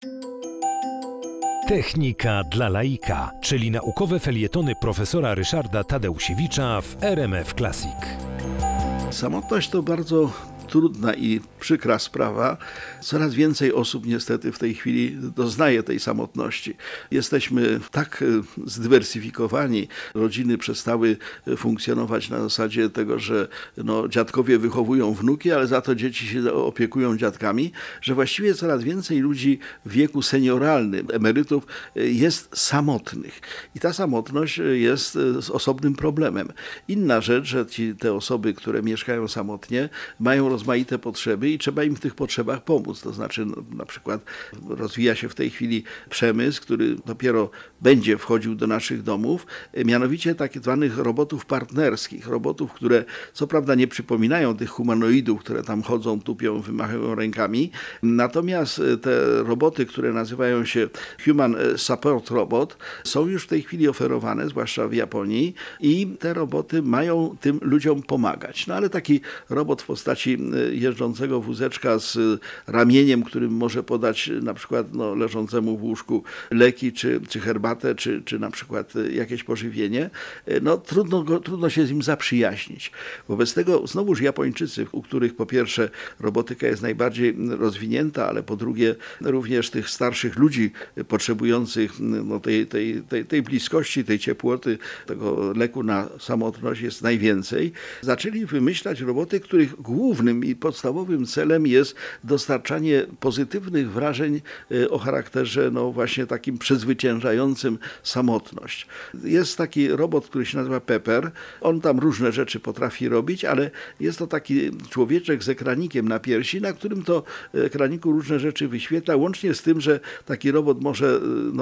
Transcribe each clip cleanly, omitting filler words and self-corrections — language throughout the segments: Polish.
Technika dla laika, czyli naukowe felietony profesora Ryszarda Tadeusiewicza w RMF Classic. Samotność to bardzo trudna i przykra sprawa. Coraz więcej osób niestety w tej chwili doznaje tej samotności. Jesteśmy tak zdywersyfikowani. Rodziny przestały funkcjonować na zasadzie tego, że dziadkowie wychowują wnuki, ale za to dzieci się opiekują dziadkami, że właściwie coraz więcej ludzi w wieku senioralnym, emerytów, jest samotnych. I ta samotność jest osobnym problemem. Inna rzecz, że te osoby, które mieszkają samotnie, mają rozmaite potrzeby i trzeba im w tych potrzebach pomóc. To znaczy na przykład rozwija się w tej chwili przemysł, który dopiero będzie wchodził do naszych domów, mianowicie tak zwanych robotów partnerskich. Robotów, które co prawda nie przypominają tych humanoidów, które tam chodzą, tupią, wymachają rękami. Natomiast te roboty, które nazywają się Human Support Robot, są już w tej chwili oferowane, zwłaszcza w Japonii, i te roboty mają tym ludziom pomagać. No ale taki robot w postaci jeżdżącego wózeczka z ramieniem, którym może podać na przykład leżącemu w łóżku leki, czy herbatę, czy na przykład jakieś pożywienie, trudno się z nim zaprzyjaźnić. Wobec tego znowuż Japończycy, u których po pierwsze robotyka jest najbardziej rozwinięta, ale po drugie również tych starszych ludzi potrzebujących tej bliskości, tej ciepłoty, tego leku na samotność jest najwięcej, zaczęli wymyślać roboty, których głównym i podstawowym celem jest dostarczanie pozytywnych wrażeń o charakterze właśnie takim przezwyciężającym samotność. Jest taki robot, który się nazywa Pepper. On tam różne rzeczy potrafi robić, ale jest to taki człowieczek z ekranikiem na piersi, na którym to ekraniku różne rzeczy wyświetla, łącznie z tym, że taki robot może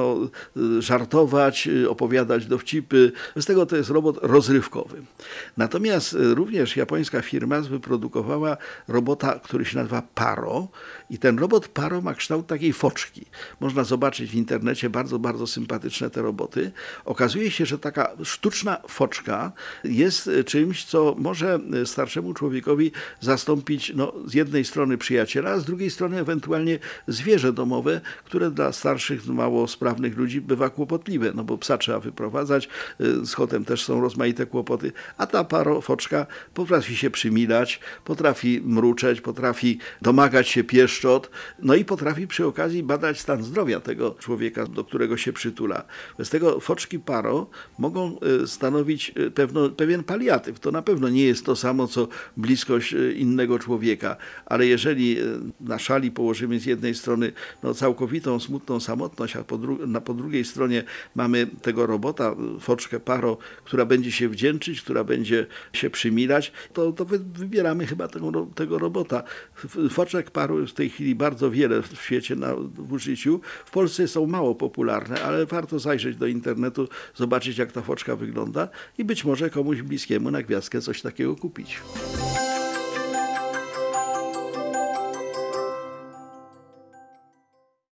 żartować, opowiadać dowcipy. Z tego to jest robot rozrywkowy. Natomiast również japońska firma wyprodukowała robota, który się nazywa Paro, i ten robot Paro ma kształt takiej foczki. Można zobaczyć w internecie bardzo, bardzo sympatyczne te roboty. Okazuje się, że taka sztuczna foczka jest czymś, co może starszemu człowiekowi zastąpić z jednej strony przyjaciela, a z drugiej strony ewentualnie zwierzę domowe, które dla starszych, mało sprawnych ludzi bywa kłopotliwe, bo psa trzeba wyprowadzać, z kotem też są rozmaite kłopoty, a ta Paro foczka potrafi się przymilać, potrafi mruczeć, potrafi domagać się pieszczot, i potrafi przy okazji badać stan zdrowia tego człowieka, do którego się przytula. Bez tego foczki Paro mogą stanowić pewien paliatyw. To na pewno nie jest to samo, co bliskość innego człowieka, ale jeżeli na szali położymy z jednej strony całkowitą, smutną samotność, a po drugiej stronie mamy tego robota, foczkę Paro, która będzie się wdzięczyć, która będzie się przymilać, to wybieramy chyba tego robota. Foczek Paro jest w tej chwili bardzo wiele w świecie w użyciu. W Polsce są mało popularne, ale warto zajrzeć do internetu, zobaczyć jak ta foczka wygląda i być może komuś bliskiemu na gwiazdkę coś takiego kupić.